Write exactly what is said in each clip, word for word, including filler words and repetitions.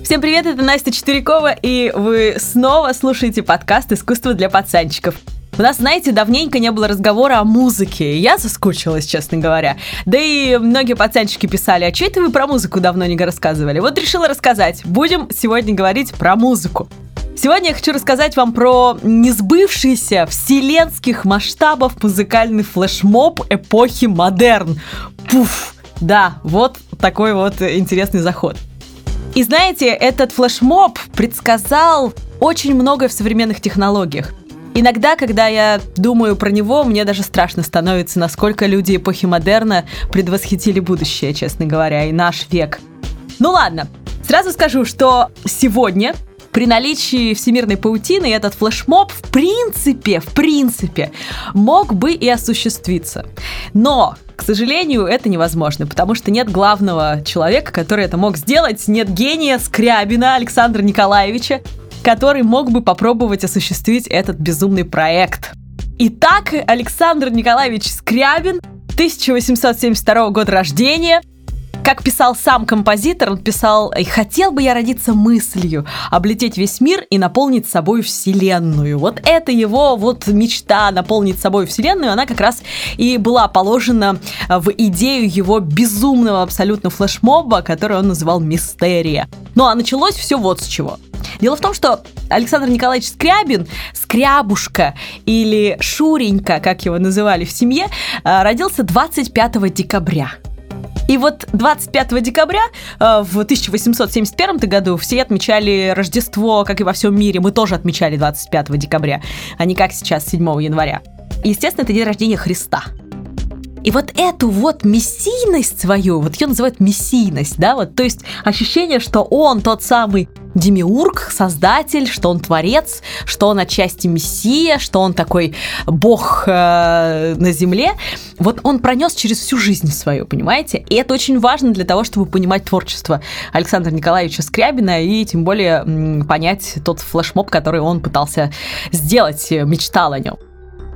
Всем привет, это Настя Четверякова, и вы снова слушаете подкаст «Искусство для пацанчиков». У нас, знаете, давненько не было разговора о музыке, я соскучилась, честно говоря. Да и многие пацанчики писали, а что это вы про музыку давно не рассказывали? Вот решила рассказать. Будем сегодня говорить про музыку. Сегодня я хочу рассказать вам про несбывшийся вселенских масштабов музыкальный флешмоб эпохи модерн. Пуф! Да, вот такой вот интересный заход. И знаете, этот флешмоб предсказал очень многое в современных технологиях. Иногда, когда я думаю про него, мне даже страшно становится, насколько люди эпохи модерна предвосхитили будущее, честно говоря, и наш век. Ну ладно, сразу скажу, что сегодня при наличии всемирной паутины этот флешмоб в принципе, в принципе, мог бы и осуществиться. Но, к сожалению, это невозможно, потому что нет главного человека, который это мог сделать, нет гения Скрябина Александра Николаевича, который мог бы попробовать осуществить этот безумный проект. Итак, Александр Николаевич Скрябин, тысяча восемьсот семьдесят второго года рождения. Как писал сам композитор, он писал: «Хотел бы я родиться мыслью, облететь весь мир и наполнить собой вселенную». Вот это его вот мечта наполнить собой вселенную, она как раз и была положена в идею его безумного абсолютно флешмоба, который он называл «Мистерия». Ну а началось все вот с чего. Дело в том, что Александр Николаевич Скрябин, Скрябушка или Шуренька, как его называли в семье, родился двадцать пятого декабря. И вот двадцать пятого декабря в тысяча восемьсот семьдесят первом году все отмечали Рождество, как и во всем мире. Мы тоже отмечали двадцать пятого декабря, а не как сейчас, седьмого января. Естественно, это день рождения Христа. И вот эту вот мессийность свою, вот ее называют мессийность, да, вот, то есть ощущение, что он тот самый демиург, создатель, что он творец, что он отчасти мессия, что он такой бог э, на земле, вот он пронес через всю жизнь свою, понимаете? И это очень важно для того, чтобы понимать творчество Александра Николаевича Скрябина и тем более м, понять тот флешмоб, который он пытался сделать, мечтал о нем.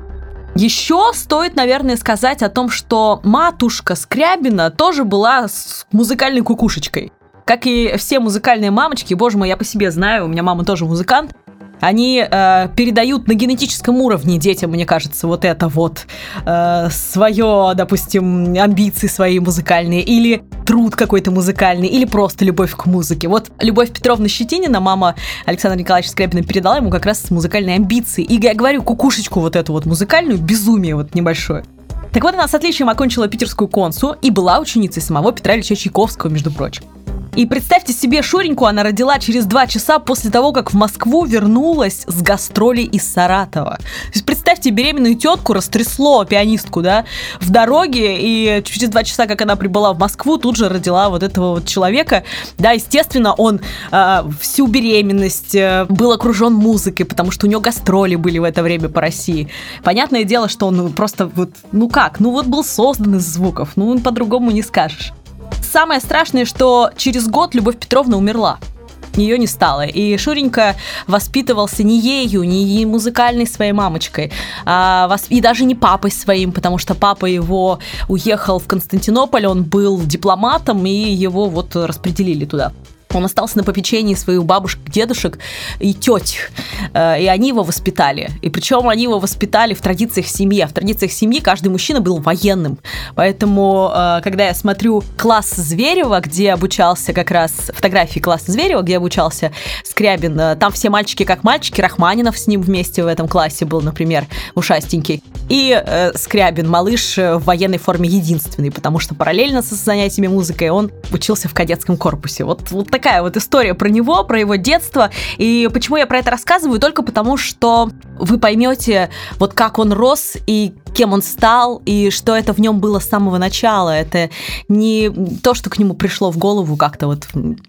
Еще стоит, наверное, сказать о том, что матушка Скрябина тоже была с музыкальной кукушечкой. Как и все музыкальные мамочки, боже мой, я по себе знаю, у меня мама тоже музыкант, они э, передают на генетическом уровне детям, мне кажется, вот это вот э, свое, допустим, амбиции свои музыкальные, или труд какой-то музыкальный, или просто любовь к музыке. Вот Любовь Петровна Щетинина, мама Александра Николаевича Скрябина, передала ему как раз музыкальные амбиции. И я говорю, кукушечку вот эту вот музыкальную, безумие вот небольшое. Так вот, она с отличием окончила Питерскую консу и была ученицей самого Петра Ильича Чайковского, между прочим. И представьте себе, Шуреньку она родила через два часа после того, как в Москву вернулась с гастролей из Саратова. То есть представьте, беременную тетку растрясло, пианистку, да, в дороге, и через два часа, как она прибыла в Москву, тут же родила вот этого вот человека. Да, естественно, он э, всю беременность э, был окружен музыкой, потому что у него гастроли были в это время по России. Понятное дело, что он просто вот, ну как, ну вот был создан из звуков, ну по-другому не скажешь. Самое страшное, что через год Любовь Петровна умерла. Ее не стало. И Шуренька воспитывался не ею, не музыкальной своей мамочкой, а вос... и даже не папой своим, потому что папа его уехал в Константинополь, он был дипломатом, и его вот распределили туда. Он остался на попечении своих бабушек, дедушек и теть, и они его воспитали. И причем они его воспитали в традициях семьи. В традициях семьи каждый мужчина был военным. Поэтому, когда я смотрю класс Зверева, где обучался как раз, фотографии класса Зверева, где обучался Скрябин, там все мальчики как мальчики, Рахманинов с ним вместе в этом классе был, например, ушастенький. И э, Скрябин, малыш в военной форме единственный, потому что параллельно со занятиями музыкой он учился в кадетском корпусе. Вот, вот такая вот история про него, про его детство. И почему я про это рассказываю? Только потому, что вы поймете, вот как он рос и кем он стал, и что это в нем было с самого начала. Это не то, что к нему пришло в голову как-то вот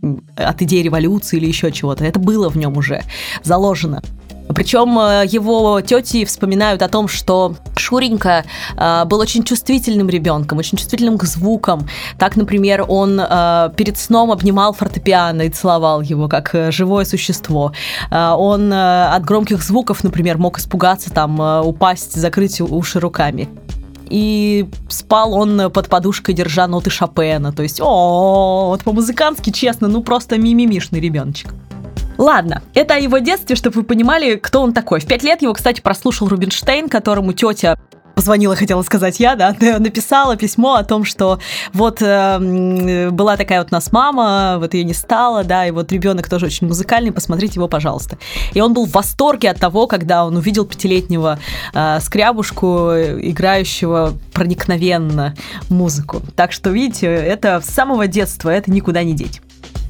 от идеи революции или еще чего-то. Это было в нем уже заложено. Причем его тети вспоминают о том, что Шуренька э, был очень чувствительным ребенком, очень чувствительным к звукам. Так, например, он э, перед сном обнимал фортепиано и целовал его, как э, живое существо. Э, он э, от громких звуков, например, мог испугаться, там, э, упасть, закрыть уши руками. и спал он под подушкой, держа ноты Шопена. То есть, о, вот по-музыкански, честно, ну просто мимимишный ребеночек. Ладно, это о его детстве, чтобы вы понимали, кто он такой. В пять лет его, кстати, прослушал Рубинштейн, которому тетя позвонила, хотела сказать я, да, написала письмо о том, что вот э, была такая вот у нас мама, вот ее не стало, да, и вот ребенок тоже очень музыкальный, посмотрите его, пожалуйста. И он был в восторге от того, когда он увидел пятилетнего э, скрябушку, играющего проникновенно музыку. Так что, видите, это с самого детства, это никуда не деть.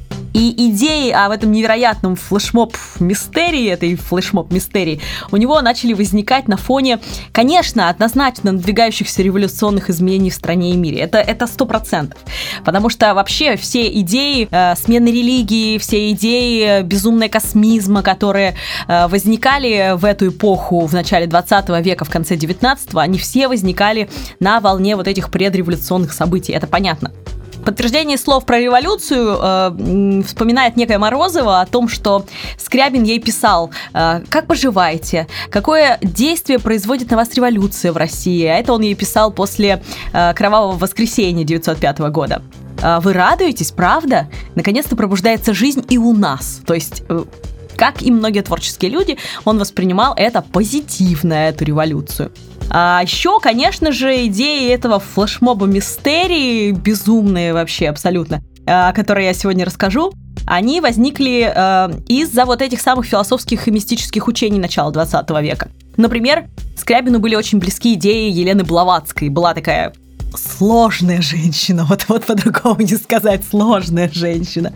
И идеи об этом невероятном флешмоб-мистерии, этой флешмоб-мистерии, у него начали возникать на фоне, конечно, однозначно надвигающихся революционных изменений в стране и мире. Это это сто процентов. Потому что вообще все идеи э, смены религии, все идеи безумного космизма, которые э, возникали в эту эпоху в начале двадцатого века, в конце девятнадцатого, они все возникали на волне вот этих предреволюционных событий. Это понятно. Подтверждение слов про революцию э, вспоминает некая Морозова о том, что Скрябин ей писал: э, «Как поживаете? Какое действие производит на вас революция в России?» А это он ей писал после э, Кровавого воскресенья девятьсот пятого года. «Э, «Вы радуетесь, правда? Наконец-то пробуждается жизнь и у нас». То есть... Э, как и многие творческие люди, он воспринимал это позитивно, эту революцию. А еще, конечно же, идеи этого флешмоба мистерии, безумные вообще абсолютно, о которой я сегодня расскажу, они возникли э, из-за вот этих самых философских и мистических учений начала двадцатого века. Например, Скрябину были очень близки идеи Елены Блаватской. Была такая... сложная женщина, вот, вот по-другому не сказать, сложная женщина.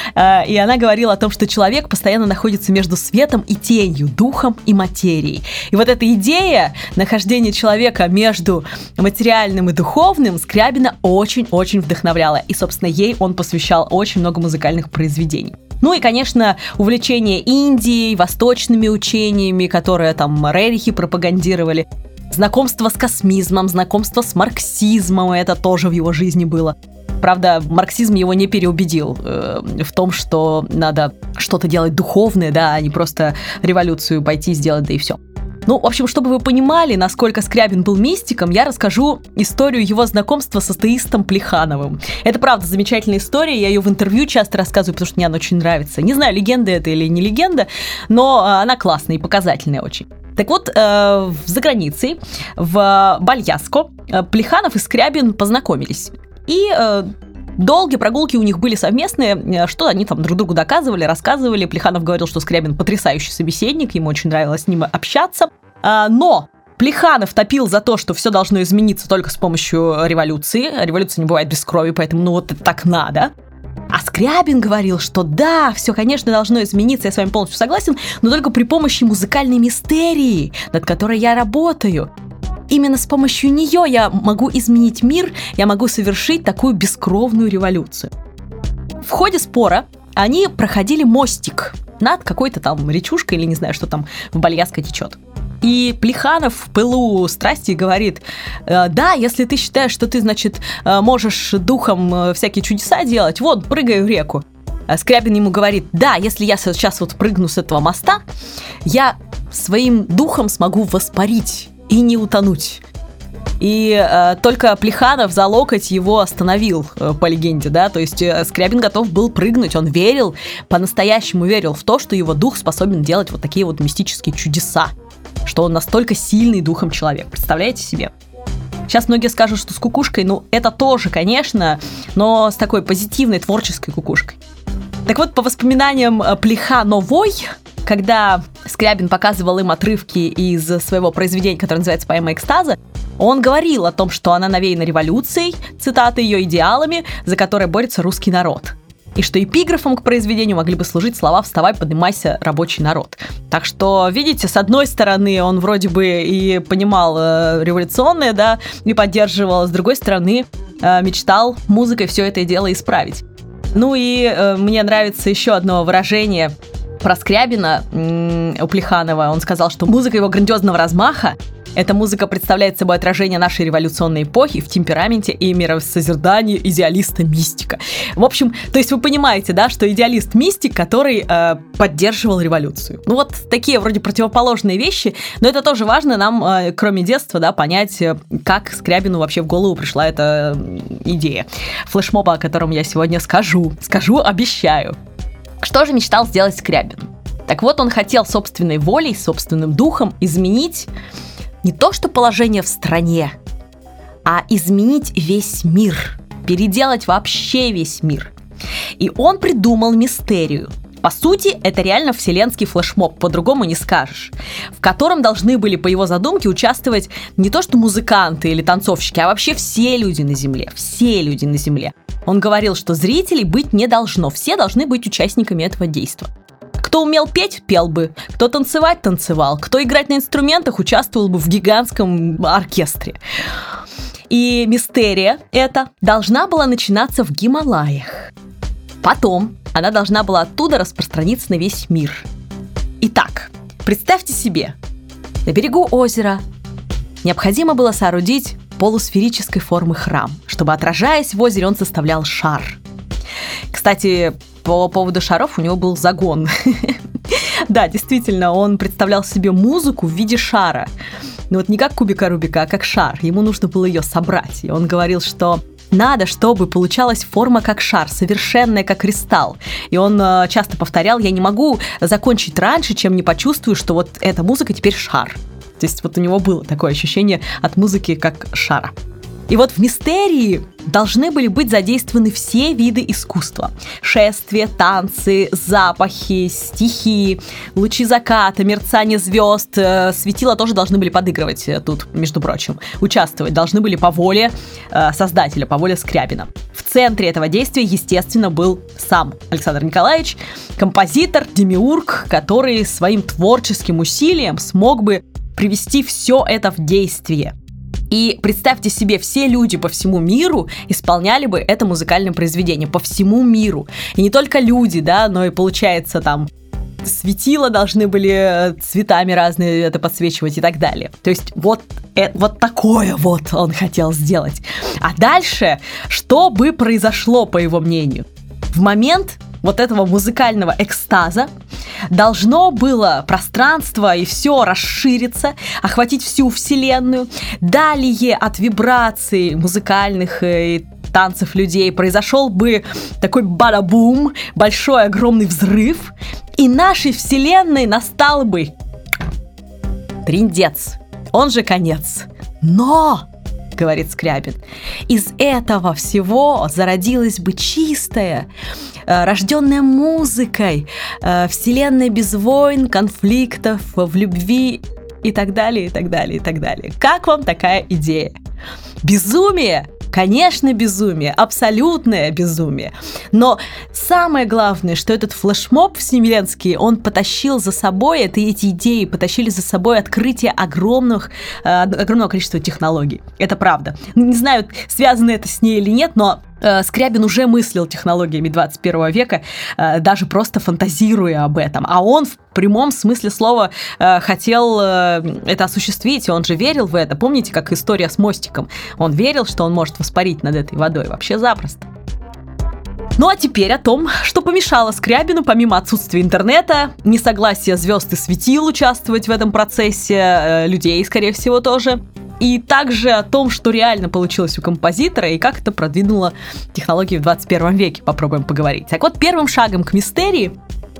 И она говорила о том, что человек постоянно находится между светом и тенью, духом и материей. И вот эта идея нахождения человека между материальным и духовным Скрябина очень-очень вдохновляла. И, собственно, ей он посвящал очень много музыкальных произведений. Ну и, конечно, увлечение Индией, восточными учениями, которые там Рерихи пропагандировали. Знакомство с космизмом, знакомство с марксизмом, это тоже в его жизни было. Правда, марксизм его не переубедил э, в том, что надо что-то делать духовное, да, а не просто революцию пойти сделать, да и все. Ну, в общем, чтобы вы понимали, насколько Скрябин был мистиком, я расскажу историю его знакомства с атеистом Плехановым. Это, правда, замечательная история, я ее в интервью часто рассказываю, потому что мне она очень нравится. Не знаю, легенда это или не легенда, но она классная и показательная очень. Так вот, э, за границей, в Бальяско, Плеханов и Скрябин познакомились. И э, долгие прогулки у них были совместные, что они там друг другу доказывали, рассказывали. Плеханов говорил, что Скрябин потрясающий собеседник, ему очень нравилось с ним общаться. Э, но Плеханов топил за то, что все должно измениться только с помощью революции. Революция не бывает без крови, поэтому ну вот это так надо. А Скрябин говорил, что да, все, конечно, должно измениться, я с вами полностью согласен, но только при помощи музыкальной мистерии, над которой я работаю. Именно с помощью нее я могу изменить мир, я могу совершить такую бескровную революцию. В ходе спора они проходили мостик над какой-то там речушкой или не знаю, что там в Бальяско течет. И Плеханов в пылу страсти говорит: да, если ты считаешь, что ты, значит, можешь духом всякие чудеса делать, вот, прыгай в реку. А Скрябин ему говорит: да, если я сейчас вот прыгну с этого моста, я своим духом смогу воспарить и не утонуть. И э, только Плеханов за локоть его остановил, э, по легенде, да, то есть э, Скрябин готов был прыгнуть, он верил, по-настоящему верил в то, что его дух способен делать вот такие вот мистические чудеса, что он настолько сильный духом человек, представляете себе? Сейчас многие скажут, что с кукушкой, ну это тоже, конечно, но с такой позитивной творческой кукушкой. Так вот, по воспоминаниям Плехановой, когда Скрябин показывал им отрывки из своего произведения, которое называется «Поэма экстаза», он говорил о том, что она навеяна революцией, цитаты ее идеалами, за которые борется русский народ. И что эпиграфом к произведению могли бы служить слова «Вставай, поднимайся, рабочий народ». Так что, видите, с одной стороны, он вроде бы и понимал э, революционное, да, и поддерживал, с другой стороны, э, мечтал музыкой все это дело исправить. Ну и э, мне нравится еще одно выражение про Скрябина м- у Плеханова. Он сказал, что музыка его грандиозного размаха Эта музыка представляет собой отражение нашей революционной эпохи в темпераменте и миросозердании идеалиста-мистика. В общем, то есть вы понимаете, да, что идеалист-мистик, который э, поддерживал революцию. Ну вот такие вроде противоположные вещи, но это тоже важно нам, э, кроме детства, да, понять, э, как Скрябину вообще в голову пришла эта идея флешмоба, о котором я сегодня скажу. Скажу, обещаю. Что же мечтал сделать Скрябин? Так вот, он хотел собственной волей, собственным духом изменить не то что положение в стране, а изменить весь мир, переделать вообще весь мир. И он придумал мистерию. По сути, это реально вселенский флешмоб, по-другому не скажешь, в котором должны были, по его задумке, участвовать не то что музыканты или танцовщики, а вообще все люди на Земле, все люди на Земле. Он говорил, что зрителей быть не должно, все должны быть участниками этого действа. Кто умел петь, пел бы, кто танцевать, танцевал, кто играть на инструментах, участвовал бы в гигантском оркестре. И мистерия эта должна была начинаться в Гималаях. Потом она должна была оттуда распространиться на весь мир. Итак, представьте себе, на берегу озера необходимо было соорудить полусферической формы храм, чтобы, отражаясь в озере, он составлял шар. Кстати, по поводу шаров у него был загон. Да, действительно, он представлял себе музыку в виде шара. Но вот не как кубика Рубика, а как шар. Ему нужно было ее собрать. И он говорил, что надо, чтобы получалась форма как шар, совершенная как кристалл. И он э, часто повторял: я не могу закончить раньше, чем не почувствую, что вот эта музыка теперь шар. То есть вот у него было такое ощущение от музыки как шара. И вот в мистерии должны были быть задействованы все виды искусства. Шествия, танцы, запахи, стихи, лучи заката, мерцание звезд. Светила тоже должны были подыгрывать тут, между прочим. Участвовать должны были по воле э, создателя, по воле Скрябина. В центре этого действия, естественно, был сам Александр Николаевич, композитор, демиург, который своим творческим усилием смог бы привести все это в действие. И представьте себе, все люди по всему миру исполняли бы это музыкальное произведение, по всему миру. И не только люди, да, но и, получается, там светила должны были цветами разные это подсвечивать и так далее. То есть вот, э, вот такое вот он хотел сделать. А дальше, что бы произошло, по его мнению? В момент вот этого музыкального экстаза должно было пространство и все расшириться, охватить всю вселенную. Далее от вибраций музыкальных и танцев людей произошел бы такой бада-бум, большой огромный взрыв, и нашей вселенной настал бы триндец, он же конец. Но, говорит Скрябин, из этого всего зародилась бы чистая, рожденная музыкой, вселенная без войн, конфликтов, в любви и так далее, и так далее, и так далее. Как вам такая идея? Безумие? Конечно, безумие, абсолютное безумие. Но самое главное, что этот флешмоб вселенский, он потащил за собой, это эти идеи потащили за собой открытие огромных, э, огромного количества технологий. Это правда. Не знаю, связано это с ней или нет, но э, Скрябин уже мыслил технологиями двадцать первого века, э, даже просто фантазируя об этом. А он в прямом смысле слова э, хотел э, это осуществить, и он же верил в это. Помните, как история с мостиком? Он верил, что он может воспарить над этой водой вообще запросто. Ну а теперь о том, что помешало Скрябину, помимо отсутствия интернета, несогласия звезд и светил участвовать в этом процессе, э, людей, скорее всего, тоже, и также о том, что реально получилось у композитора и как это продвинуло технологии в двадцать первом веке, попробуем поговорить. Так вот, первым шагом к мистерии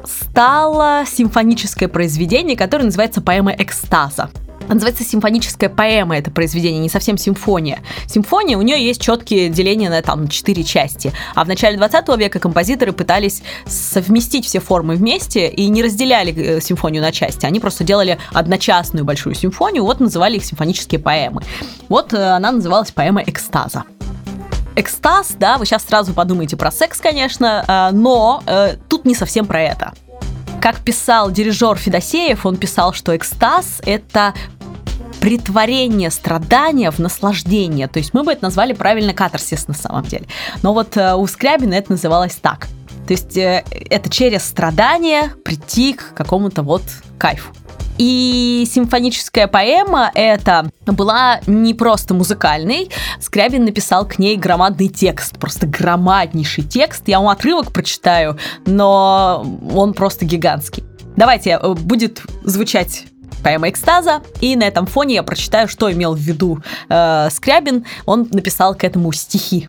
стало симфоническое произведение, которое называется «Поэма экстаза». Называется симфоническая поэма, это произведение, не совсем симфония. Симфония, у нее есть четкие деления на там четыре части. А в начале двадцатого века композиторы пытались совместить все формы вместе и не разделяли симфонию на части. Они просто делали одночасную большую симфонию, вот называли их симфонические поэмы. Вот она называлась «Поэма экстаза». Экстаз, да, вы сейчас сразу подумаете про секс, конечно, но э, тут не совсем про это. Как писал дирижер Федосеев, он писал, что экстаз – это претворение страдания в наслаждение. То есть мы бы это назвали правильно катарсис на самом деле. Но вот э, у Скрябина это называлось так. То есть э, это через страдание прийти к какому-то вот кайфу. И симфоническая поэма эта была не просто музыкальной. Скрябин написал к ней громадный текст, просто громаднейший текст. Я вам отрывок прочитаю, но он просто гигантский. Давайте, будет звучать поэма «Экстаза», и на этом фоне я прочитаю, что имел в виду э, Скрябин. Он написал к этому стихи.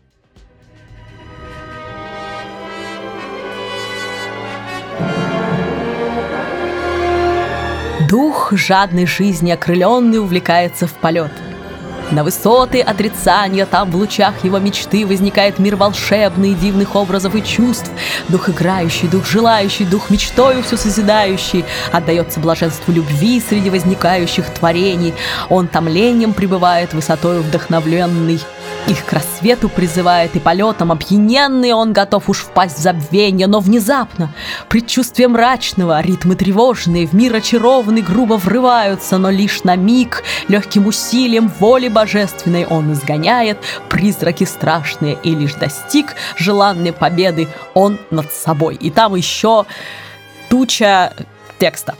Дух жадной жизни окрыленный увлекается в полет. На высоты отрицания, там в лучах его мечты возникает мир волшебный, дивных образов и чувств. Дух играющий, дух желающий, дух мечтою все созидающий отдается блаженству любви среди возникающих творений. Он томлением пребывает, высотою вдохновленный. Их к рассвету призывает, и полетом опьяненный он готов уж впасть в забвенье, но внезапно, предчувствие мрачного, ритмы тревожные, в мир очарованный грубо врываются, но лишь на миг, легким усилием воли божественной он изгоняет призраки страшные, и лишь достиг желанной победы он над собой. И там еще туча текста.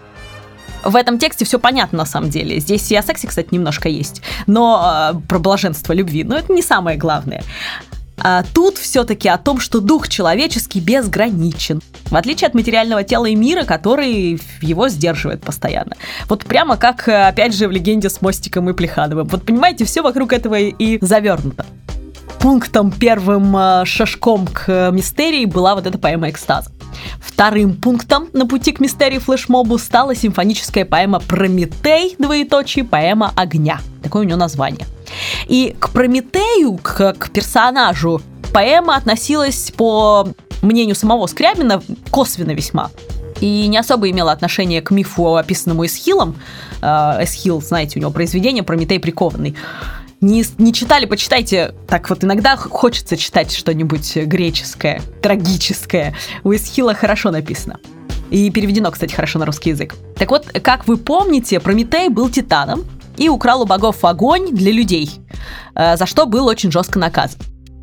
В этом тексте все понятно на самом деле. Здесь и о сексе, кстати, немножко есть, но э, про блаженство любви, но это не самое главное. А тут все-таки о том, что дух человеческий безграничен, в отличие от материального тела и мира, который его сдерживает постоянно. Вот прямо как, опять же, в легенде с Мостиком и Плехановым. Вот понимаете, все вокруг этого и завернуто. Пунктом первым шажком к мистерии была вот эта поэма «Экстаза». Вторым пунктом на пути к мистерии флешмобу стала симфоническая поэма «Прометей», двоеточие, поэма «Огня». Такое у нее название. И к Прометею, к, к персонажу, поэма относилась, по мнению самого Скрябина, косвенно весьма. И не особо имела отношение к мифу, описанному Эсхилом. Эсхил, знаете, у него произведение «Прометей прикованный». Не, не читали, почитайте. Так вот, иногда хочется читать что-нибудь греческое, трагическое. У Эсхила хорошо написано. И переведено, кстати, хорошо на русский язык. Так вот, как вы помните, Прометей был титаном и украл у богов огонь для людей, за что был очень жестко наказан.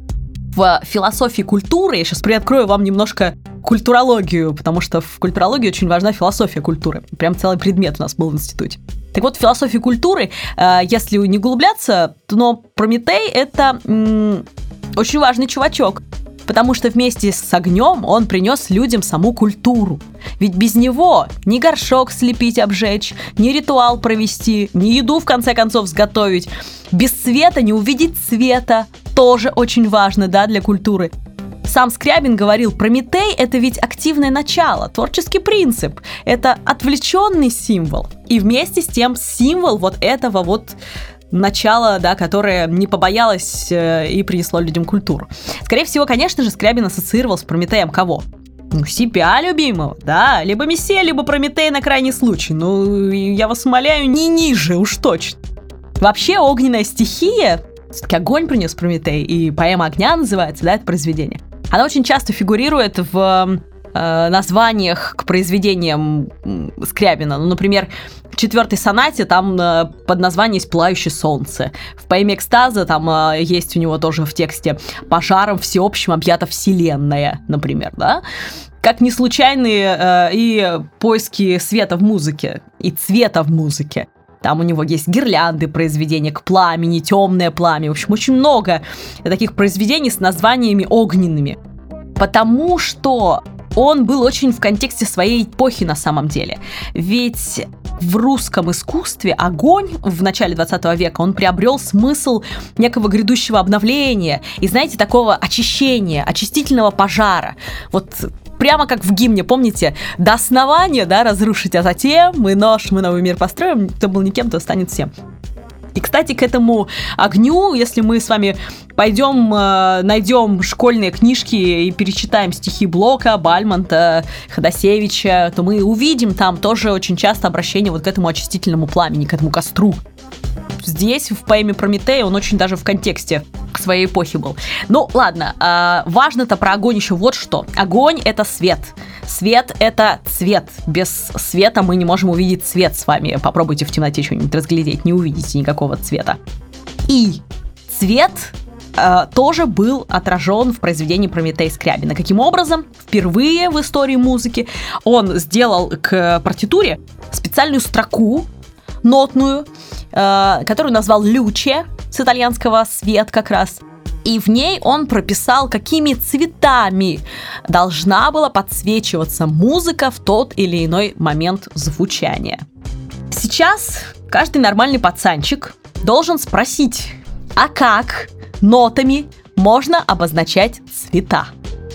В философии культуры, я сейчас приоткрою вам немножко культурологию, потому что в культурологии очень важна философия культуры. Прям целый предмет у нас был в институте. Так вот, в философии культуры, если не углубляться, но Прометей — это м- очень важный чувачок, потому что вместе с огнем он принес людям саму культуру. Ведь без него ни горшок слепить, обжечь, ни ритуал провести, ни еду, в конце концов, сготовить. Без света не увидеть цвета. Тоже очень важно, да, для культуры. Сам Скрябин говорил, Прометей — это ведь активное начало, творческий принцип, это отвлеченный символ. И вместе с тем символ вот этого вот начала, да, которое не побоялось э, и принесло людям культуру. Скорее всего, конечно же, Скрябин ассоциировал с Прометеем кого? Ну, себя любимого, да, либо Мессия, либо Прометей на крайний случай. Ну, я вас умоляю, не ниже, уж точно. Вообще, огненная стихия, все-таки огонь принес Прометей, и поэма «Огня» называется, да, это произведение. Она очень часто фигурирует в э, названиях к произведениям Скрябина. Ну, например, в четвертой сонате там э, под названием есть «Пылающее солнце». В поэме «Экстаза» там э, есть у него тоже в тексте «Пожаром всеобщим объята вселенная», например, да? Как не случайные э, и поиски света в музыке, и цвета в музыке. Там у него есть гирлянды, произведения к пламени, темное пламя. В общем, очень много таких произведений с названиями огненными. Потому что он был очень в контексте своей эпохи на самом деле. Ведь в русском искусстве огонь в начале двадцатого века, он приобрел смысл некого грядущего обновления и, знаете, такого очищения, очистительного пожара. Вот прямо как в гимне, помните, до основания, да, разрушить, а затем мы наш, мы новый мир построим, кто был никем, то станет всем. И, кстати, к этому огню, если мы с вами пойдем, э, найдем школьные книжки и перечитаем стихи Блока, Бальмонта, Ходосевича, то мы увидим там тоже очень часто обращение вот к этому очистительному пламени, к этому костру. Здесь, в поэме «Прометей», он очень даже в контексте своей эпохи был. Ну, ладно, э, важно-то про огонь еще вот что. Огонь — это свет. Свет — это цвет. Без света мы не можем увидеть цвет с вами. Попробуйте в темноте что-нибудь разглядеть, не увидите никакого цвета. И цвет э, тоже был отражен в произведении Прометей Скрябина. Каким образом? Впервые в истории музыки он сделал к партитуре специальную строку нотную, э, которую назвал «Люче», с итальянского «свет» как раз. И в ней он прописал, какими цветами должна была подсвечиваться музыка в тот или иной момент звучания. Сейчас каждый нормальный пацанчик должен спросить, а как нотами можно обозначать цвета?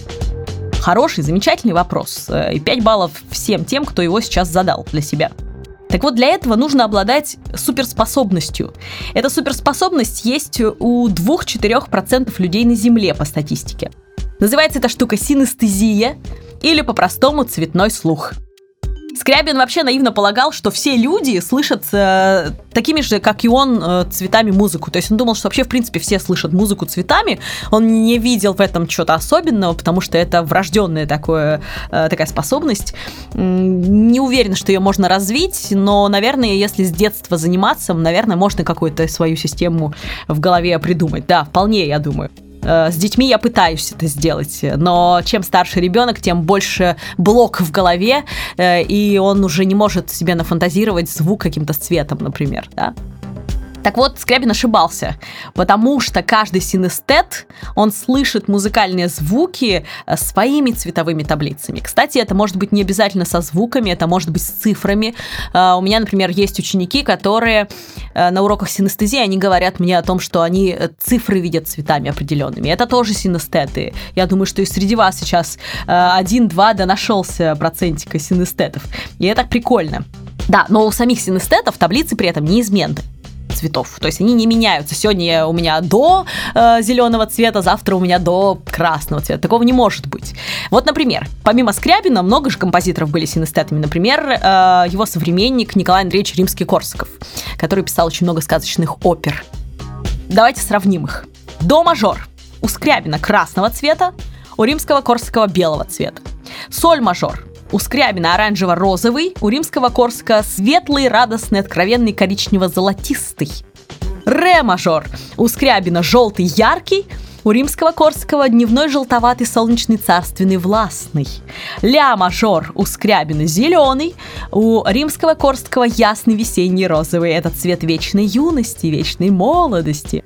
Хороший, замечательный вопрос. И пять баллов всем тем, кто его сейчас задал для себя. Так вот, для этого нужно обладать суперспособностью. Эта суперспособность есть у двух-четырех процентов людей на Земле по статистике. Называется эта штука синестезия или по-простому цветной слух. Скрябин вообще наивно полагал, что все люди слышат э, такими же, как и он, э, цветами музыку. То есть он думал, что вообще, в принципе, все слышат музыку цветами. Он не видел в этом чего-то особенного, потому что это врожденная такое, э, такая способность. Не уверена, что ее можно развить, но, наверное, если с детства заниматься, наверное, можно какую-то свою систему в голове придумать. Да, вполне, я думаю. С детьми я пытаюсь это сделать, но чем старше ребенок, тем больше блок в голове, и он уже не может себе нафантазировать звук каким-то цветом, например, да? Так вот, Скрябин ошибался, потому что каждый синестет, он слышит музыкальные звуки своими цветовыми таблицами. Кстати, это может быть не обязательно со звуками, это может быть с цифрами. У меня, например, есть ученики, которые на уроках синестезии, они говорят мне о том, что они цифры видят цветами определенными. Это тоже синестеты. Я думаю, что и среди вас сейчас один-два да нашелся процентика синестетов. И это прикольно. Да, но у самих синестетов таблицы при этом неизменны. Цветов. То есть они не меняются. Сегодня у меня до э, зеленого цвета, завтра у меня до красного цвета. Такого не может быть. Вот, например, помимо Скрябина, много же композиторов были синестетами. Например, э, его современник Николай Андреевич Римский-Корсаков, который писал очень много сказочных опер. Давайте сравним их. До мажор. У Скрябина красного цвета, у Римского-Корсакова белого цвета. Соль мажор. У Скрябина оранжево-розовый, у Римского-Корсакова светлый, радостный, откровенный, коричнево-золотистый. Ре мажор. У Скрябина желтый, яркий, у Римского-Корсакова дневной, желтоватый, солнечный, царственный, властный. Ля мажор. У Скрябина зеленый, у Римского-Корсакова ясный, весенний, розовый. Это цвет вечной юности, вечной молодости.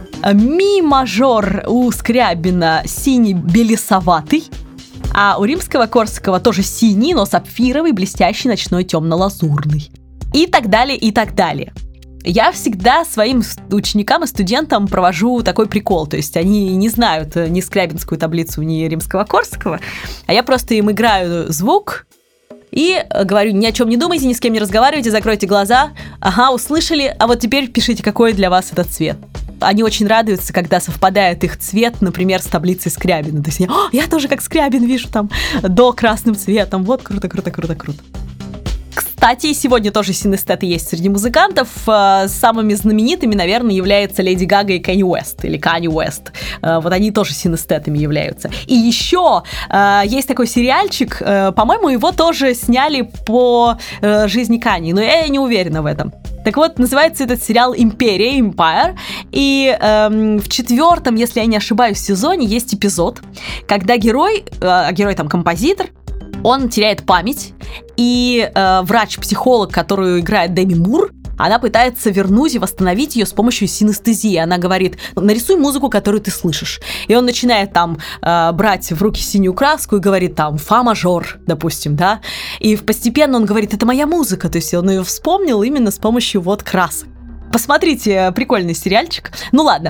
Ми мажор. У Скрябина синий, белесоватый. А у Римского-Корсакова тоже синий, но сапфировый, блестящий, ночной, темно-лазурный. И так далее, и так далее. Я всегда своим ученикам и студентам провожу такой прикол. То есть они не знают ни скрябинскую таблицу, ни Римского-Корсакова, а я просто им играю звук и говорю: ни о чем не думайте, ни с кем не разговаривайте, закройте глаза. Ага, услышали, а вот теперь пишите, какой для вас этот цвет. Они очень радуются, когда совпадает их цвет, например, с таблицей Скрябина. То есть я, я тоже как Скрябин вижу там до красным цветом. Вот круто, круто, круто, круто. Кстати, сегодня тоже синестеты есть среди музыкантов. Самыми знаменитыми, наверное, являются Леди Гага и Канье Уэст, или Канье Уэст. Вот они тоже синестетами являются. И еще есть такой сериальчик, по-моему, его тоже сняли по жизни Канье, но я не уверена в этом. Так вот, называется этот сериал «Империя», «Empire», и эм, в четвертом, если я не ошибаюсь, сезоне есть эпизод, когда герой, э, герой там композитор, он теряет память, и э, врач-психолог, которую играет Деми Мур, она пытается вернуть и восстановить ее с помощью синестезии. Она говорит: нарисуй музыку, которую ты слышишь. И он начинает там э, брать в руки синюю краску и говорит там фа-мажор, допустим, да. И постепенно он говорит: это моя музыка. То есть он ее вспомнил именно с помощью вот красок. Посмотрите, прикольный сериальчик. Ну ладно.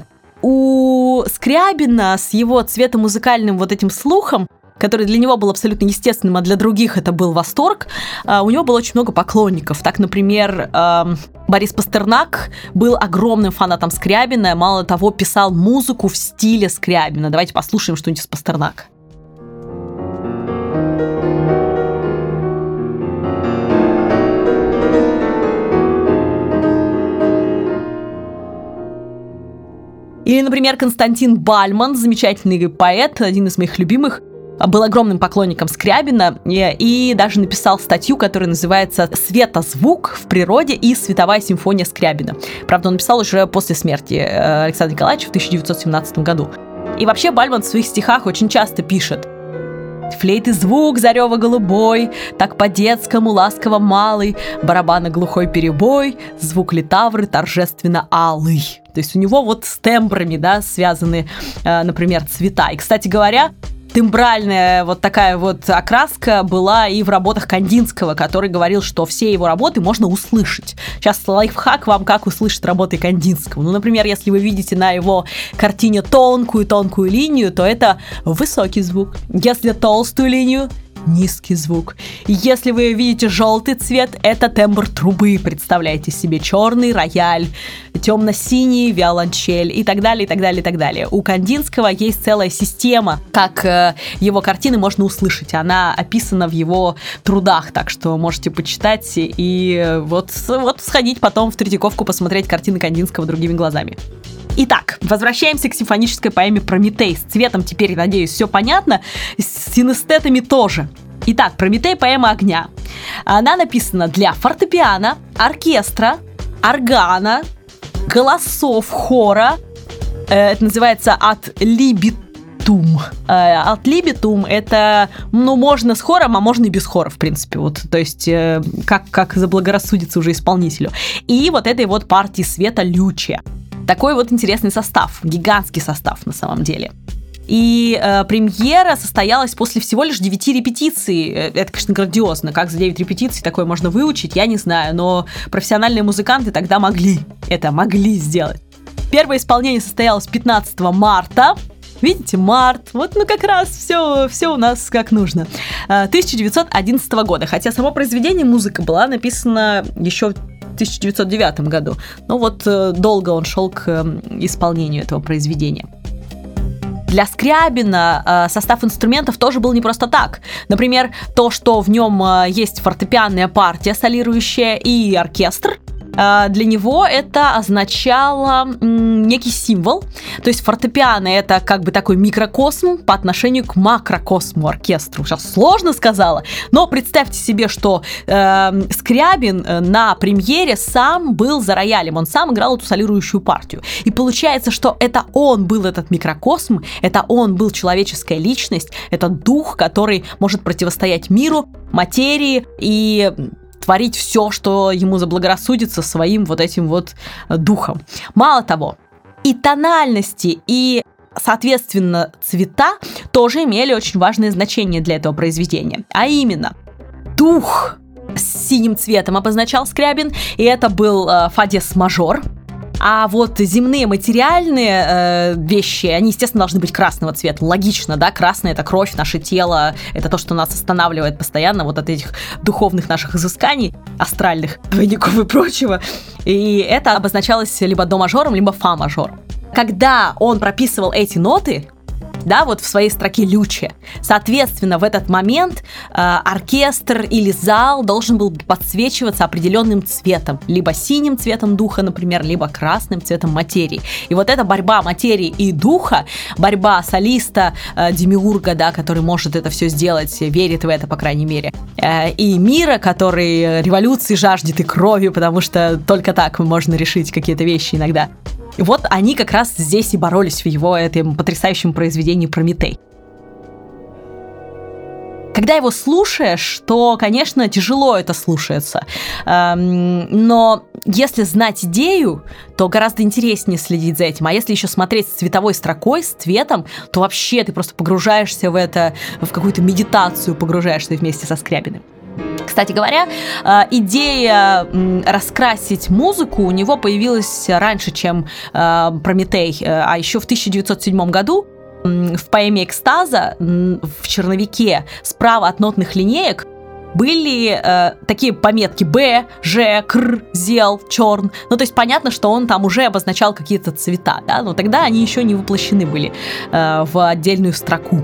У Скрябина с его цветомузыкальным вот этим слухом, который для него был абсолютно естественным, а для других это был восторг, у него было очень много поклонников. Так, например, Борис Пастернак был огромным фанатом Скрябина, мало того, писал музыку в стиле Скрябина. Давайте послушаем что-нибудь из Пастернака. Или, например, Константин Бальман, замечательный поэт, один из моих любимых. был огромным поклонником Скрябина и, и даже написал статью, которая называется «Светозвук в природе и световая симфония Скрябина». Правда, он написал уже после смерти Александра Николаевича в тысяча девятьсот семнадцатом году. И вообще Бальмонт в своих стихах очень часто пишет: «Флейты звук зарева голубой, так по-детскому ласково малый, барабана глухой перебой, звук литавры торжественно алый». То есть у него вот с тембрами, да, связаны, например, цвета. И, кстати говоря, тембральная вот такая вот окраска была и в работах Кандинского, который говорил, что все его работы можно услышать. Сейчас лайфхак вам, как услышать работы Кандинского. Ну, например, если вы видите на его картине тонкую-тонкую линию, то это высокий звук. Если толстую линию — низкий звук. Если вы видите желтый цвет, это тембр трубы, представляете себе, черный рояль, темно-синий виолончель и так далее, и так далее, и так далее. У Кандинского есть целая система, как э, его картины можно услышать. Она описана в его трудах, так что можете почитать и вот, вот сходить потом в Третьяковку посмотреть картины Кандинского другими глазами. Итак, возвращаемся к симфонической поэме «Прометей». С цветом теперь, надеюсь, все понятно, с синестетами тоже. Итак, «Прометей» — поэма огня. Она написана для фортепиано, оркестра, органа, голосов хора. Это называется «Ad libitum». «Ad libitum» — это, ну, можно с хором, а можно и без хора, в принципе. Вот, то есть, как, как заблагорассудится уже исполнителю. И вот этой вот партии света «Лючия». Такой вот интересный состав, гигантский состав на самом деле. И э, премьера состоялась после всего лишь девяти репетиций. Это, конечно, грандиозно. Как за девять репетиций такое можно выучить, я не знаю. Но профессиональные музыканты тогда могли это, могли сделать. Первое исполнение состоялось пятнадцатого марта. Видите, март. Вот, ну, как раз все, все у нас как нужно. тысяча девятьсот одиннадцатого года. Хотя само произведение, музыка была написана еще в тысяча девятьсот девятом году. Но вот долго он шел к исполнению этого произведения. Для Скрябина состав инструментов тоже был не просто так. Например, то, что в нем есть фортепианная партия солирующая и оркестр, для него это означало некий символ. То есть фортепиано — это как бы такой микрокосм по отношению к макрокосму, оркестру. Сейчас сложно сказала, но представьте себе, что э, Скрябин на премьере сам был за роялем, он сам играл эту солирующую партию. И получается, что это он был этот микрокосм, это он был человеческая личность, это дух, который может противостоять миру, материи и творить все, что ему заблагорассудится своим вот этим вот духом. Мало того, и тональности, и, соответственно, цвета тоже имели очень важное значение для этого произведения. А именно, дух с синим цветом обозначал Скрябин, и это был э, фа диез мажор. А вот земные материальные э, вещи, они, естественно, должны быть красного цвета. Логично, да? Красное — это кровь, наше тело, это то, что нас останавливает постоянно вот от этих духовных наших изысканий, астральных, двойников и прочего. И это обозначалось либо до мажором, либо фа мажором. Когда он прописывал эти ноты, да, вот в своей строке «Лючия», соответственно, в этот момент э, оркестр или зал должен был подсвечиваться определенным цветом, либо синим цветом духа, например, либо красным цветом материи. И вот эта борьба материи и духа, борьба солиста, э, демиурга, да, который может это все сделать, верит в это, по крайней мере, э, и мира, который революции жаждет и кровью, потому что только так можно решить какие-то вещи иногда. И вот они как раз здесь и боролись в его этом потрясающем произведении «Прометей». Когда его слушаешь, то, конечно, тяжело это слушается. Но если знать идею, то гораздо интереснее следить за этим. А если еще смотреть с цветовой строкой, с цветом, то вообще ты просто погружаешься в это, в какую-то медитацию погружаешься вместе со Скрябиным. Кстати говоря, идея раскрасить музыку у него появилась раньше, чем «Прометей», а еще в тысяча девятьсот седьмом году в поэме «Экстаза» в черновике справа от нотных линеек были э, такие пометки Б, Ж, Кр, Зел, Черн. Ну, то есть понятно, что он там уже обозначал какие-то цвета, да, но тогда они еще не воплощены были э, в отдельную строку.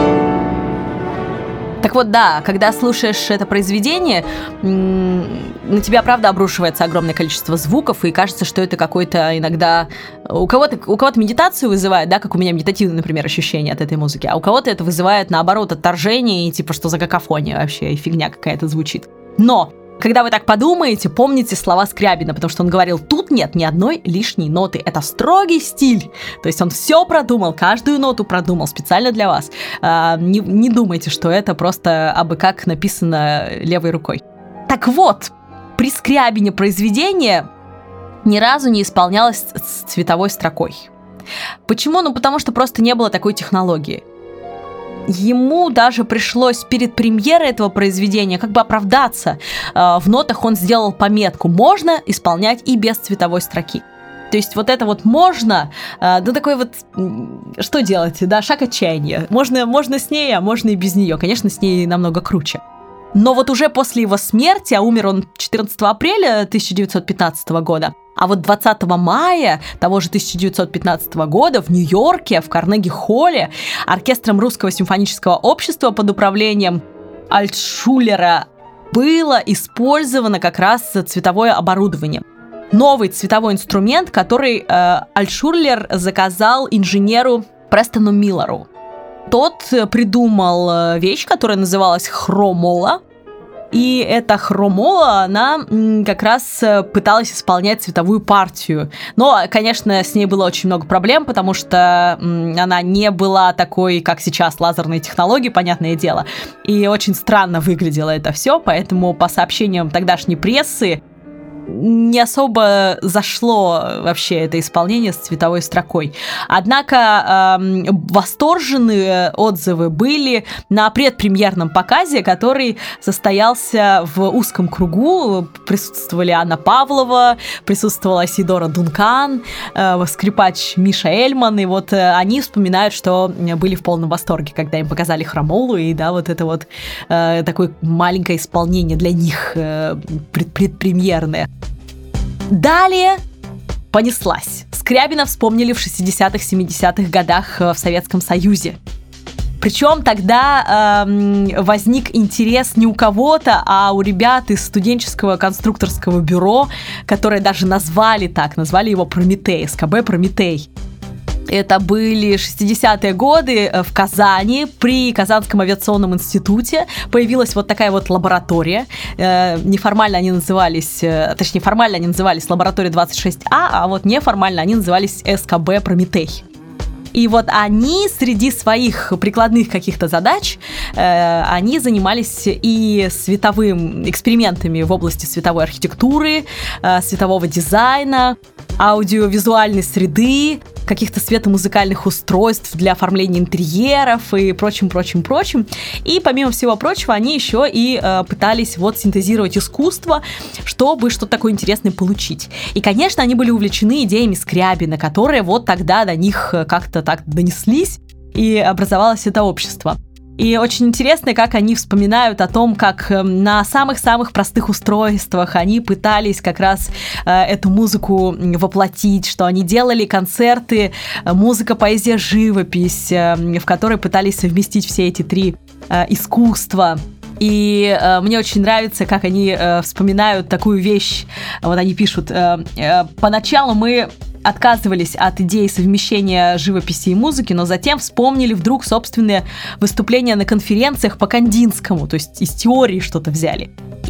Так вот, да, когда слушаешь это произведение, на тебя, правда, обрушивается огромное количество звуков, и кажется, что это какой-то иногда... У кого-то, у кого-то медитацию вызывает, да, как у меня медитативное, например, ощущение от этой музыки, а у кого-то это вызывает, наоборот, отторжение, и типа, что за какофония вообще, и фигня какая-то звучит. Но... Когда вы так подумаете, помните слова Скрябина, потому что он говорил, тут нет ни одной лишней ноты, это строгий стиль. То есть он все продумал, каждую ноту продумал специально для вас. А, не, не думайте, что это просто абы как написано левой рукой. Так вот, при Скрябине произведение ни разу не исполнялось с цветовой строкой. Почему? Ну, потому что просто не было такой технологии. Ему даже пришлось перед премьерой этого произведения как бы оправдаться. В нотах он сделал пометку: можно исполнять и без цветовой строки. То есть вот это вот можно, да, такой вот, что делать, да, шаг отчаяния. Можно, можно с ней, а можно и без нее. Конечно, с ней намного круче. Но вот уже после его смерти, а умер он четырнадцатого апреля тысяча девятьсот пятнадцатого года, а вот двадцатого мая того же тысяча девятьсот пятнадцатого года в Нью-Йорке, в Карнеги-холле, оркестром Русского симфонического общества под управлением Альтшулера было использовано как раз цветовое оборудование. Новый цветовой инструмент, который э, Альтшулер заказал инженеру Престону Миллеру. Тот придумал вещь, которая называлась хромола. И эта хромола, она как раз пыталась исполнять цветовую партию. Но, конечно, с ней было очень много проблем, потому что она не была такой, как сейчас, лазерной технологии, понятное дело. И очень странно выглядело это все, поэтому по сообщениям тогдашней прессы не особо зашло вообще это исполнение с цветовой строкой. Однако э, восторженные отзывы были на предпремьерном показе, который состоялся в узком кругу. Присутствовали Анна Павлова, присутствовала Сидора Дункан, э, скрипач Миша Эльман, и вот э, они вспоминают, что были в полном восторге, когда им показали хромолу, и да, вот это вот э, такое маленькое исполнение для них э, пред- предпремьерное. Далее понеслась. Скрябина вспомнили в шестидесятых-семидесятых годах в Советском Союзе. Причем тогда э, возник интерес не у кого-то, а у ребят из студенческого конструкторского бюро, которые даже назвали так, назвали его Прометей, СКБ Прометей. Это были шестидесятые годы в Казани, при Казанском авиационном институте появилась вот такая вот лаборатория. Неформально они назывались, точнее, формально они назывались лаборатория двадцать шесть А, а вот неформально они назывались СКБ Прометей. И вот они среди своих прикладных каких-то задач, э, они занимались и световым экспериментами в области световой архитектуры, э, светового дизайна, аудиовизуальной среды, каких-то светомузыкальных устройств для оформления интерьеров и прочим-прочим-прочим. И помимо всего прочего, они еще и э, пытались вот синтезировать искусство, чтобы что-то такое интересное получить. И, конечно, они были увлечены идеями Скрябина, которые вот тогда до них как-то так донеслись, и образовалось это общество. И очень интересно, как они вспоминают о том, как на самых-самых простых устройствах они пытались как раз э, эту музыку воплотить, что они делали концерты музыка, поэзия, живопись, э, в которой пытались совместить все эти три э, искусства. И э, мне очень нравится, как они э, вспоминают такую вещь. Вот они пишут: э, э, «Поначалу мы отказывались от идеи совмещения живописи и музыки, но затем вспомнили вдруг собственные выступления на конференциях по Кандинскому, то есть из теории что-то взяли.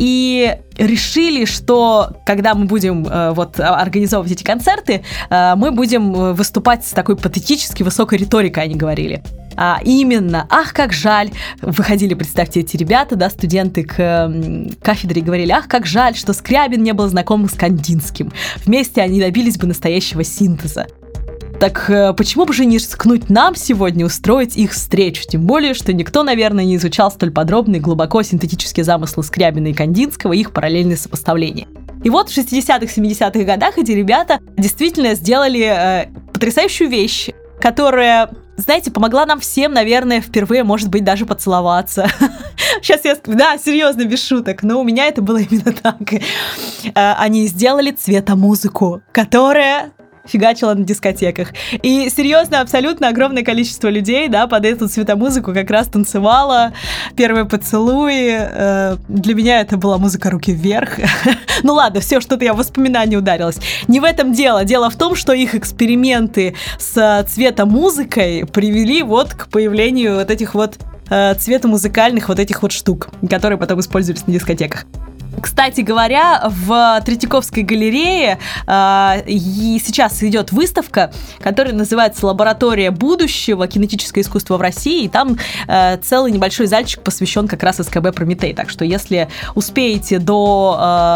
И решили, что когда мы будем э, вот, организовывать эти концерты, э, мы будем выступать с такой патетически высокой риторикой», они говорили. А именно, ах, как жаль, выходили, представьте, эти ребята, да, студенты к э, кафедре и говорили: ах, как жаль, что Скрябин не был знаком с Кандинским. Вместе они добились бы настоящего синтеза. Так э, почему бы же не рискнуть нам сегодня устроить их встречу? Тем более, что никто, наверное, не изучал столь подробно и глубоко синтетические замыслы Скрябина и Кандинского и их параллельные сопоставления. И вот в шестидесятых-семидесятых годах эти ребята действительно сделали э, потрясающую вещь, которая, знаете, помогла нам всем, наверное, впервые, может быть, даже поцеловаться. Сейчас я... Да, серьезно, без шуток, но у меня это было именно так. Они сделали цветомузыку, которая фигачила на дискотеках. И серьезно, абсолютно огромное количество людей, да, под эту цветомузыку как раз танцевало. Первые поцелуи. Э, для меня это была музыка «Руки вверх». Ну ладно, все, что-то я в воспоминания ударилась. Не в этом дело. Дело в том, что их эксперименты с цветомузыкой привели вот к появлению вот этих вот э, цветомузыкальных вот этих вот штук, которые потом использовались на дискотеках. Кстати говоря, в Третьяковской галерее э, и сейчас идет выставка, которая называется «Лаборатория будущего. Кинетическое искусство в России». И там э, целый небольшой зальчик посвящен как раз СКБ «Прометей». Так что если успеете до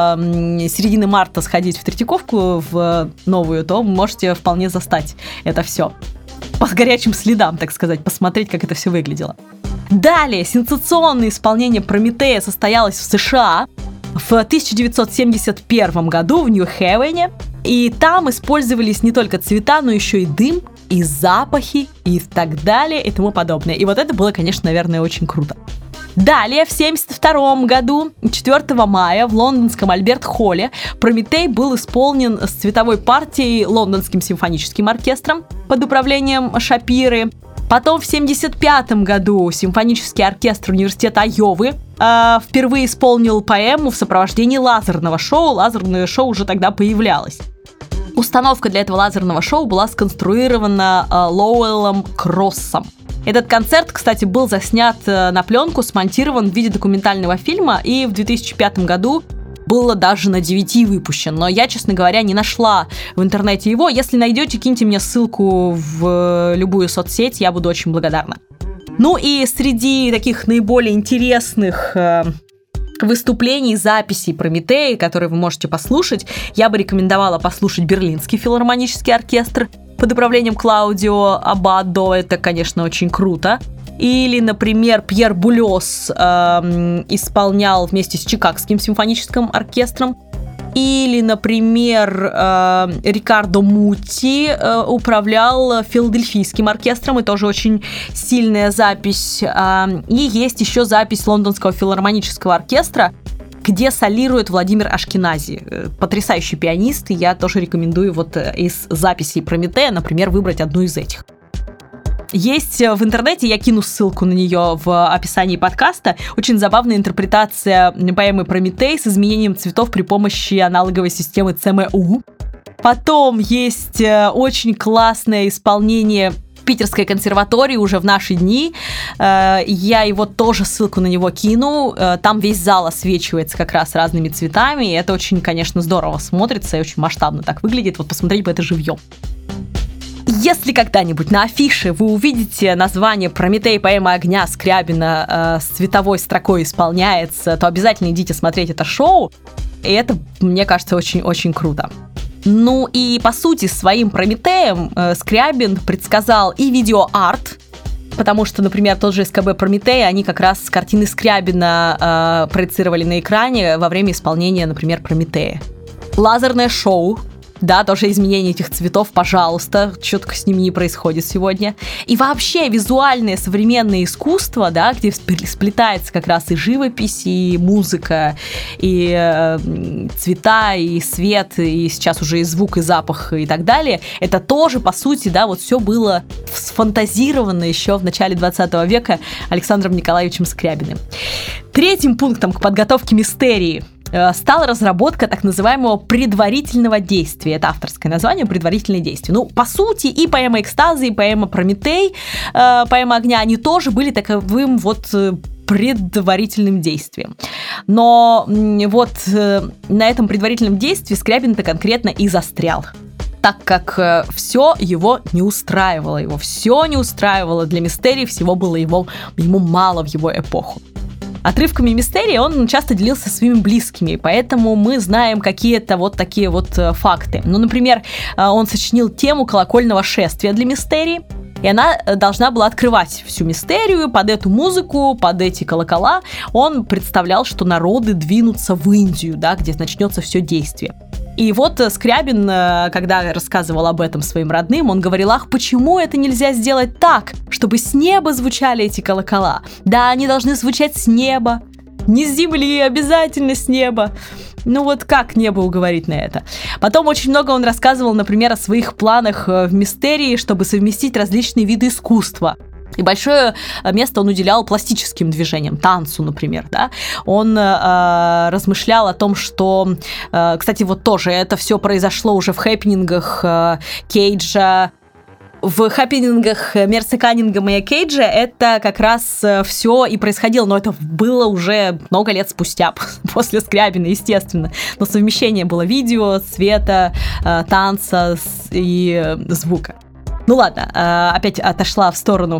э, середины марта сходить в Третьяковку, в новую, то можете вполне застать это все. По горячим следам, так сказать, посмотреть, как это все выглядело. Далее, сенсационное исполнение «Прометея» состоялось в США в тысяча девятьсот семьдесят первом году в Нью-Хевене. И там использовались не только цвета, но еще и дым, и запахи, и так далее, и тому подобное. И вот это было, конечно, наверное, очень круто. Далее, в семьдесят втором году, четвёртого мая, в лондонском Альберт-холле «Прометей» был исполнен с цветовой партией Лондонским симфоническим оркестром под управлением Шапиры. Потом в семьдесят пятом году симфонический оркестр университета Айовы э, впервые исполнил поэму в сопровождении лазерного шоу. Лазерное шоу уже тогда появлялось. Установка для этого лазерного шоу была сконструирована э, Лоуэллом Кроссом. Этот концерт, кстати, был заснят э, на пленку, смонтирован в виде документального фильма и в две тысячи пятом году было даже на ди ви ди выпущен, но я, честно говоря, не нашла в интернете его. Если найдете, киньте мне ссылку в любую соцсеть, я буду очень благодарна. Ну и среди таких наиболее интересных э, выступлений, записей «Прометея», которые вы можете послушать, я бы рекомендовала послушать Берлинский филармонический оркестр под управлением Клаудио Аббадо. Это, конечно, очень круто. Или, например, Пьер Булёс э, исполнял вместе с Чикагским симфоническим оркестром. Или, например, э, Рикардо Мутти э, управлял Филадельфийским оркестром, и тоже очень сильная запись. Э, и есть еще запись Лондонского филармонического оркестра, где солирует Владимир Ашкенази. Потрясающий пианист, и я тоже рекомендую вот из записей «Прометея», например, выбрать одну из этих. Есть в интернете, я кину ссылку на нее в описании подкаста, очень забавная интерпретация поэмы «Прометей» с изменением цветов при помощи аналоговой системы цэ эм у. Потом есть очень классное исполнение в Питерской консерватории уже в наши дни. Я его тоже, ссылку на него кину. Там весь зал освечивается как раз разными цветами, и это очень, конечно, здорово смотрится и очень масштабно так выглядит. Вот посмотреть бы это живьем. Если когда-нибудь на афише вы увидите название «Прометей. Поэма огня» Скрябина э, с цветовой строкой исполняется, то обязательно идите смотреть это шоу. И это, мне кажется, очень-очень круто. Ну и, по сути, своим «Прометеем» э, Скрябин предсказал и видеоарт, потому что, например, тот же СКБ «Прометей», они как раз картины Скрябина э, проецировали на экране во время исполнения, например, «Прометея». Лазерное шоу. Да, тоже изменение этих цветов, пожалуйста, что-то с ними не происходит сегодня. И вообще визуальное современное искусство, да, где сплетается как раз и живопись, и музыка, и э, цвета, и свет, и сейчас уже и звук, и запах, и так далее. Это тоже, по сути, да, вот все было сфантазировано еще в начале двадцатого века Александром Николаевичем Скрябиным. Третьим пунктом к подготовке мистерии стала разработка так называемого предварительного действия. Это авторское название, предварительное действие. Ну, по сути, и поэма «Экстазы», и поэма «Прометей», э, поэма «Огня», они тоже были таковым вот предварительным действием. Но вот э, на этом предварительном действии Скрябин-то конкретно и застрял, так как э, все его не устраивало. Его все не устраивало для мистерии, всего было его, ему мало в его эпоху. Отрывками мистерии он часто делился со своими близкими, поэтому мы знаем какие-то вот такие вот факты. Ну, например, он сочинил тему колокольного шествия для мистерии, и она должна была открывать всю мистерию под эту музыку, под эти колокола. Он представлял, что народы двинутся в Индию, да, где начнется все действие. И вот Скрябин, когда рассказывал об этом своим родным, он говорил: ах, почему это нельзя сделать так, чтобы с неба звучали эти колокола? Да, они должны звучать с неба, не с земли, обязательно с неба. Ну вот как небо уговорить на это? Потом очень много он рассказывал, например, о своих планах в Мистерии, чтобы совместить различные виды искусства. И большое место он уделял пластическим движениям, танцу, например, да. Он э, размышлял о том, что, э, кстати, вот тоже это все произошло уже в хэппенингах э, Кейджа. В хэппенингах Мерси Каннингема и Кейджа это как раз все и происходило, но это было уже много лет спустя, после Скрябина, естественно. Но совмещение было видео, цвета, э, танца и звука. Ну ладно, опять отошла в сторону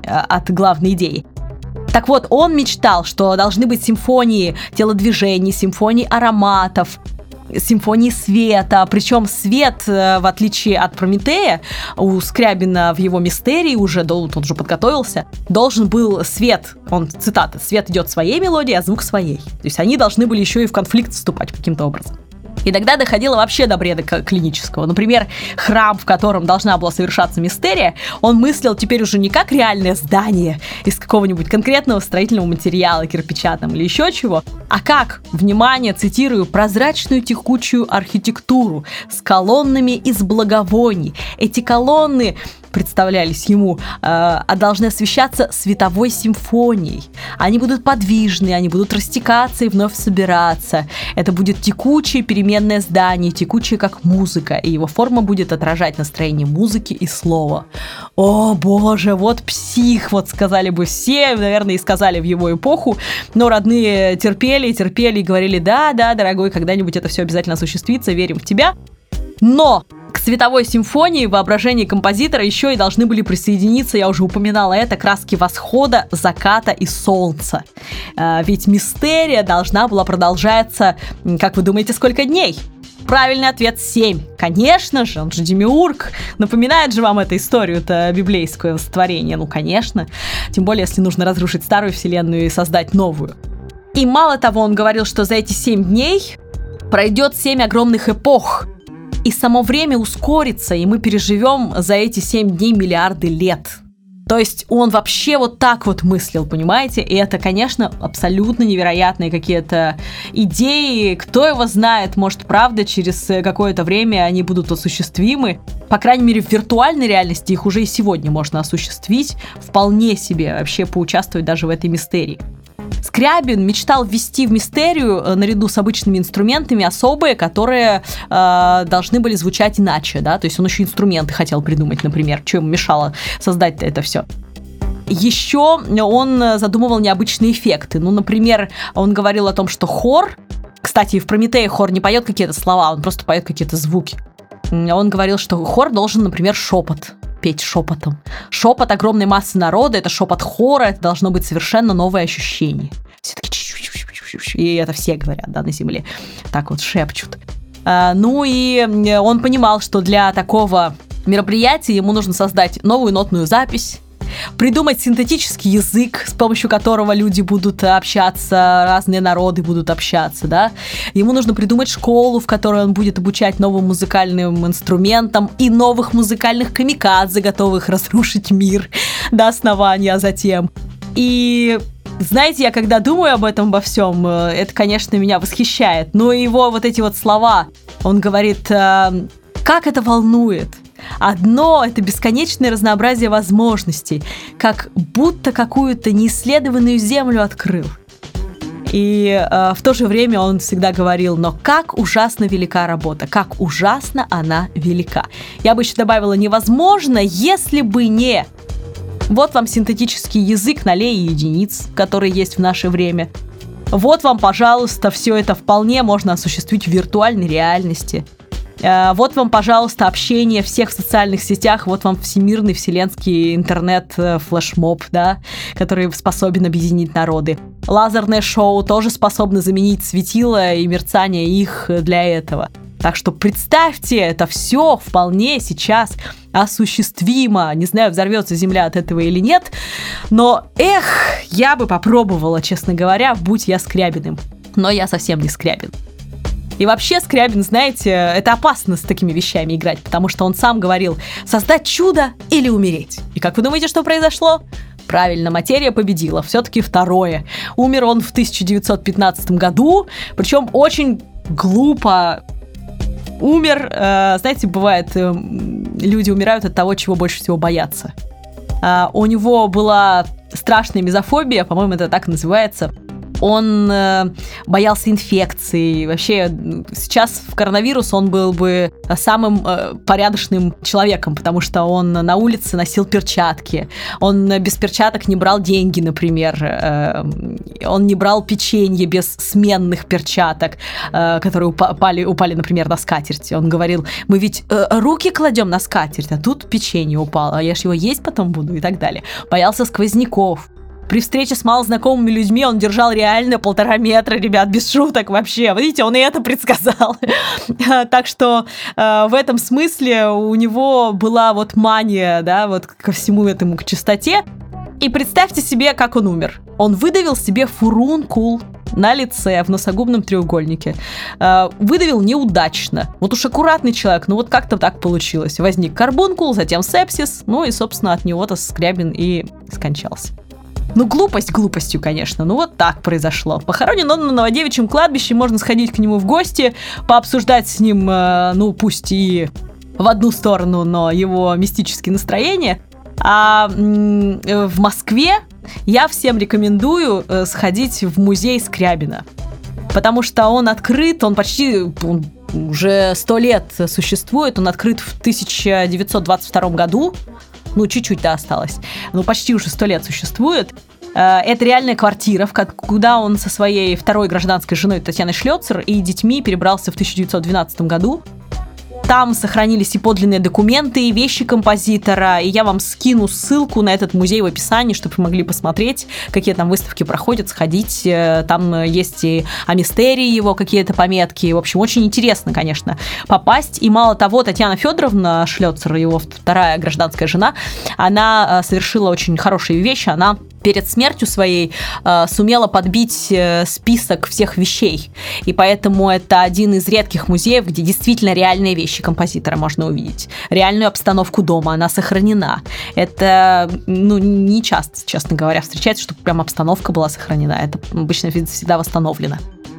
от главной идеи. Так вот, он мечтал, что должны быть симфонии телодвижений, симфонии ароматов, симфонии света. Причем свет, в отличие от Прометея, у Скрябина в его Мистерии уже, он уже подготовился, должен был свет, он, цитата, свет идет своей мелодией, а звук своей. То есть они должны были еще и в конфликт вступать каким-то образом. И тогда доходило вообще до бреда клинического. Например, храм, в котором должна была совершаться Мистерия, он мыслил теперь уже не как реальное здание из какого-нибудь конкретного строительного материала, кирпича там или еще чего, а как, внимание, цитирую, прозрачную текучую архитектуру с колоннами из благовоний. Эти колонны представлялись ему, э, а должны освещаться световой симфонией. Они будут подвижны, они будут растекаться и вновь собираться. Это будет текучее переменное здание, текучее как музыка, и его форма будет отражать настроение музыки и слова. О, боже, вот псих, вот сказали бы все, наверное, и сказали в его эпоху, но родные терпели, терпели и говорили: да, да, дорогой, когда-нибудь это все обязательно осуществится, верим в тебя. Но к световой симфонии в воображении композитора еще и должны были присоединиться, я уже упоминала это, краски восхода, заката и солнца. А, ведь Мистерия должна была продолжаться, как вы думаете, сколько дней? Правильный ответ — семь. Конечно же, он же демиург. Напоминает же вам эту историю-то библейское сотворение? Ну, конечно. Тем более, если нужно разрушить старую вселенную и создать новую. И мало того, он говорил, что за эти семь дней пройдет семь огромных эпох. И само время ускорится, и мы переживем за эти семь дней миллиарды лет. То есть он вообще вот так вот мыслил, понимаете? И это, конечно, абсолютно невероятные какие-то идеи. Кто его знает, может, правда, через какое-то время они будут осуществимы. По крайней мере, в виртуальной реальности их уже и сегодня можно осуществить. Вполне себе вообще поучаствовать даже в этой Мистерии. Скрябин мечтал ввести в Мистерию э, наряду с обычными инструментами особые, которые э, должны были звучать иначе, да, то есть он еще инструменты хотел придумать, например, что ему мешало создать это все. Еще он задумывал необычные эффекты, ну, например, он говорил о том, что хор, кстати, в Прометее хор не поет какие-то слова, он просто поет какие-то звуки. Он говорил, что хор должен, например, шепот петь шепотом. Шепот огромной массы народа, это шепот хора, это должно быть совершенно новое ощущение. Все такие, и это все говорят, да, на земле. Так вот шепчут. А, ну и он понимал, что для такого мероприятия ему нужно создать новую нотную запись, придумать синтетический язык, с помощью которого люди будут общаться, разные народы будут общаться, да. Ему нужно придумать школу, в которой он будет обучать новым музыкальным инструментам и новых музыкальных камикадзе, готовых разрушить мир до основания, а затем. И знаете, я когда думаю об этом во всем, это, конечно, меня восхищает. Но его вот эти вот слова, он говорит, как это волнует. Одно — это бесконечное разнообразие возможностей, как будто какую-то неисследованную землю открыл. И э, в то же время он всегда говорил: но как ужасно велика работа, как ужасно она велика. Я бы еще добавила: невозможно, если бы не... Вот вам синтетический язык на лей единиц, который есть в наше время. Вот вам, пожалуйста, все это вполне можно осуществить в виртуальной реальности. Вот вам, пожалуйста, общение всех в социальных сетях, вот вам всемирный вселенский интернет-флешмоб, да, который способен объединить народы. Лазерное шоу тоже способно заменить светило и мерцание их для этого. Так что представьте, это все вполне сейчас осуществимо. Не знаю, взорвется Земля от этого или нет, но, эх, я бы попробовала, честно говоря, будь я Скрябиным. Но я совсем не Скрябин. И вообще Скрябин, знаете, это опасно с такими вещами играть, потому что он сам говорил: создать чудо или умереть. И как вы думаете, что произошло? Правильно, материя победила, все-таки второе. Умер он в тысяча девятьсот пятнадцатом году, причем очень глупо. Умер, э, знаете, бывает, э, люди умирают от того, чего больше всего боятся. Э, у него была страшная мизофобия, по-моему, это так называется. Он э, боялся инфекций. Вообще, сейчас в коронавирус он был бы самым э, порядочным человеком, потому что он на улице носил перчатки. Он без перчаток не брал деньги, например. Э, он не брал печенье без сменных перчаток, э, которые упали, упали, например, на скатерть. Он говорил, мы ведь э, руки кладем на скатерть, а тут печенье упало, а я ж его есть потом буду и так далее. Боялся сквозняков. При встрече с малознакомыми людьми он держал реально полтора метра, ребят, без шуток вообще. Видите, он и это предсказал. Так что э, в этом смысле у него была вот мания, да, вот ко всему этому, к чистоте. И представьте себе, как он умер. Он выдавил себе фурункул на лице в носогубном треугольнике. Э, выдавил неудачно. Вот уж аккуратный человек, ну вот как-то так получилось. Возник карбункул, затем сепсис, ну и, собственно, от него-то Скрябин и скончался. Ну, глупость глупостью, конечно, ну вот так произошло. Похоронен он на Новодевичьем кладбище, можно сходить к нему в гости, пообсуждать с ним, э, ну, пусть и в одну сторону, но его мистические настроения. А м- в Москве я всем рекомендую э, сходить в музей Скрябина, потому что он открыт, он почти... Он уже сто лет существует, он открыт в тысяча девятьсот двадцать втором году, ну, чуть-чуть-то осталось, ну, почти уже сто лет существует. Это реальная квартира, куда он со своей второй гражданской женой Татьяной Шлёцер и детьми перебрался в тысяча девятьсот двенадцатом году. Там сохранились и подлинные документы, и вещи композитора, и я вам скину ссылку на этот музей в описании, чтобы вы могли посмотреть, какие там выставки проходят, сходить. Там есть и о мистерии его какие-то пометки. В общем, очень интересно, конечно, попасть. И мало того, Татьяна Федоровна Шлёцер, его вторая гражданская жена, она совершила очень хорошие вещи. Она перед смертью своей э, сумела подбить э, список всех вещей. И поэтому это один из редких музеев, где действительно реальные вещи композитора можно увидеть. Реальную обстановку дома, она сохранена. Это, ну, не часто, честно говоря, встречается, чтобы прям обстановка была сохранена. Это обычно всегда восстановлено.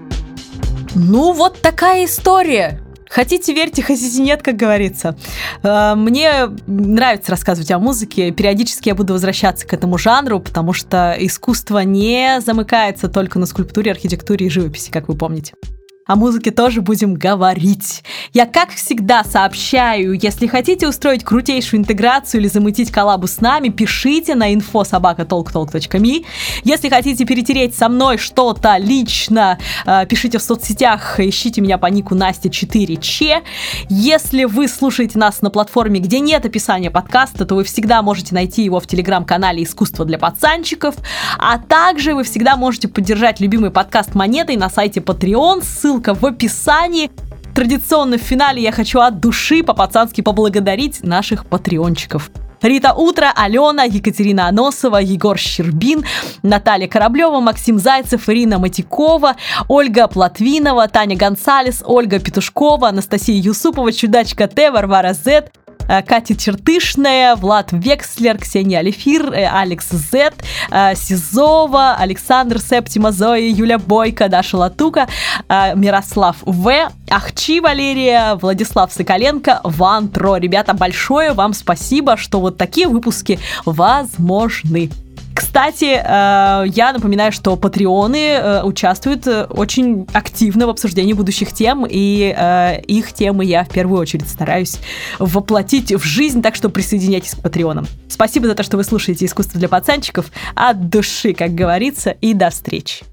Ну, вот такая история. Хотите верьте, хотите нет, как говорится. Мне нравится рассказывать о музыке. Периодически я буду возвращаться к этому жанру, потому что искусство не замыкается только на скульптуре, архитектуре и живописи, как вы помните. О музыке тоже будем говорить. Я, как всегда, сообщаю, если хотите устроить крутейшую интеграцию или замутить коллабу с нами, пишите на инфо собака толк толк точка ми. Если хотите перетереть со мной что-то лично, пишите в соцсетях, ищите меня по нику Настя четыре че. Если вы слушаете нас на платформе, где нет описания подкаста, то вы всегда можете найти его в телеграм-канале «Искусство для пацанчиков», а также вы всегда можете поддержать любимый подкаст монетой на сайте Patreon, ссылка в описании. Традиционно в финале я хочу от души по-пацански поблагодарить наших патреончиков. Рита Утро, Алена, Екатерина Аносова, Егор Щербин, Наталья Кораблева, Максим Зайцев, Ирина Матикова, Ольга Платвинова, Таня Гонсалес, Ольга Петушкова, Анастасия Юсупова, Чудачка Т, Варвара З, Катя Чертышная, Влад Векслер, Ксения Алифир, Алекс З, Сизова, Александр Септима, Зоя, Юля Бойко, Даша Латука, Мирослав В, Ахчи Валерия, Владислав Соколенко, Ван Тро. Ребята, большое вам спасибо, что вот такие выпуски возможны. Кстати, я напоминаю, что патреоны участвуют очень активно в обсуждении будущих тем, и их темы я в первую очередь стараюсь воплотить в жизнь, так что присоединяйтесь к патреонам. Спасибо за то, что вы слушаете «Искусство для пацанчиков» от души, как говорится, и до встречи.